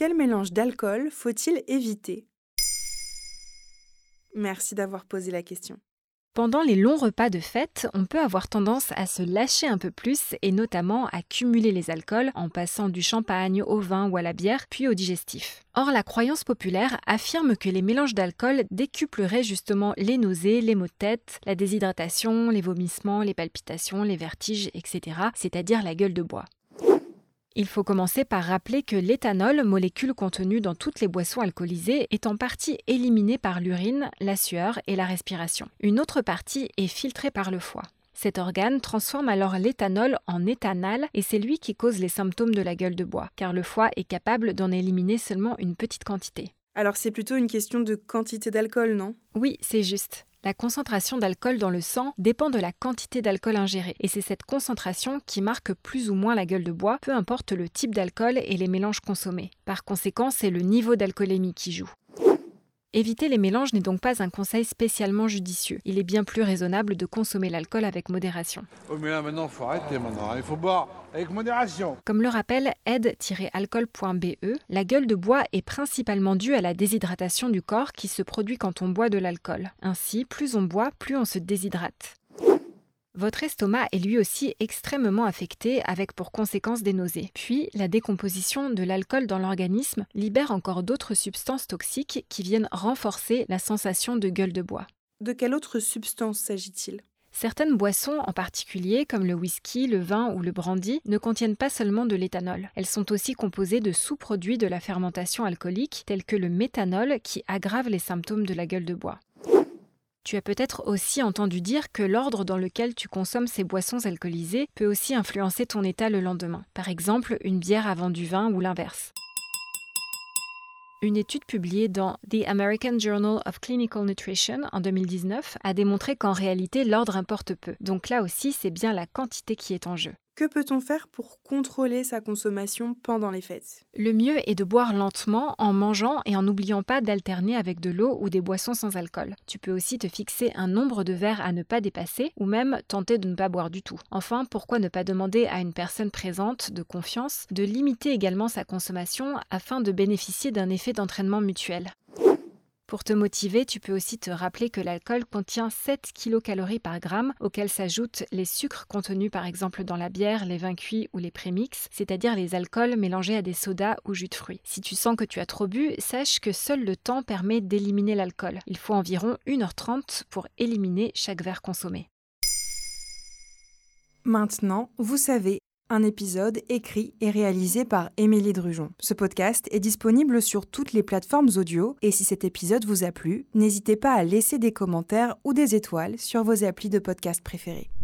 quel mélange d'alcool faut-il éviter ? Merci d'avoir posé la question. Pendant les longs repas de fête, on peut avoir tendance à se lâcher un peu plus et notamment à cumuler les alcools en passant du champagne au vin ou à la bière, puis au digestif. Or, la croyance populaire affirme que les mélanges d'alcool décupleraient justement les nausées, les maux de tête, la déshydratation, les vomissements, les palpitations, les vertiges, etc., c'est-à-dire la gueule de bois. Il faut commencer par rappeler que l'éthanol, molécule contenue dans toutes les boissons alcoolisées, est en partie éliminée par l'urine, la sueur et la respiration. Une autre partie est filtrée par le foie. Cet organe transforme alors l'éthanol en éthanal et c'est lui qui cause les symptômes de la gueule de bois, car le foie est capable d'en éliminer seulement une petite quantité. Alors c'est plutôt une question de quantité d'alcool, non ? Oui, c'est juste. La concentration d'alcool dans le sang dépend de la quantité d'alcool ingérée et c'est cette concentration qui marque plus ou moins la gueule de bois, peu importe le type d'alcool et les mélanges consommés. Par conséquent, c'est le niveau d'alcoolémie qui joue. Éviter les mélanges n'est donc pas un conseil spécialement judicieux. Il est bien plus raisonnable de consommer l'alcool avec modération. Oh mais là maintenant, il faut arrêter maintenant, il faut boire avec modération. Comme le rappelle aide-alcool.be, la gueule de bois est principalement due à la déshydratation du corps qui se produit quand on boit de l'alcool. Ainsi, plus on boit, plus on se déshydrate. Votre estomac est lui aussi extrêmement affecté avec pour conséquence des nausées. Puis, la décomposition de l'alcool dans l'organisme libère encore d'autres substances toxiques qui viennent renforcer la sensation de gueule de bois. De quelle autre substance s'agit-il ? Certaines boissons en particulier, comme le whisky, le vin ou le brandy, ne contiennent pas seulement de l'éthanol. Elles sont aussi composées de sous-produits de la fermentation alcoolique, tels que le méthanol qui aggrave les symptômes de la gueule de bois. Tu as peut-être aussi entendu dire que l'ordre dans lequel tu consommes ces boissons alcoolisées peut aussi influencer ton état le lendemain. Par exemple, une bière avant du vin ou l'inverse. Une étude publiée dans The American Journal of Clinical Nutrition en 2019 a démontré qu'en réalité, l'ordre importe peu. Donc là aussi, c'est bien la quantité qui est en jeu. Que peut-on faire pour contrôler sa consommation pendant les fêtes ? Le mieux est de boire lentement en mangeant et en n'oubliant pas d'alterner avec de l'eau ou des boissons sans alcool. Tu peux aussi te fixer un nombre de verres à ne pas dépasser ou même tenter de ne pas boire du tout. Enfin, pourquoi ne pas demander à une personne présente de confiance de limiter également sa consommation afin de bénéficier d'un effet d'entraînement mutuel ? Pour te motiver, tu peux aussi te rappeler que l'alcool contient 7 kcal par gramme, auxquels s'ajoutent les sucres contenus par exemple dans la bière, les vins cuits ou les prémix, c'est-à-dire les alcools mélangés à des sodas ou jus de fruits. Si tu sens que tu as trop bu, sache que seul le temps permet d'éliminer l'alcool. Il faut environ 1h30 pour éliminer chaque verre consommé. Maintenant, vous savez, un épisode écrit et réalisé par Émilie Drujon. Ce podcast est disponible sur toutes les plateformes audio et si cet épisode vous a plu, n'hésitez pas à laisser des commentaires ou des étoiles sur vos applis de podcast préférés.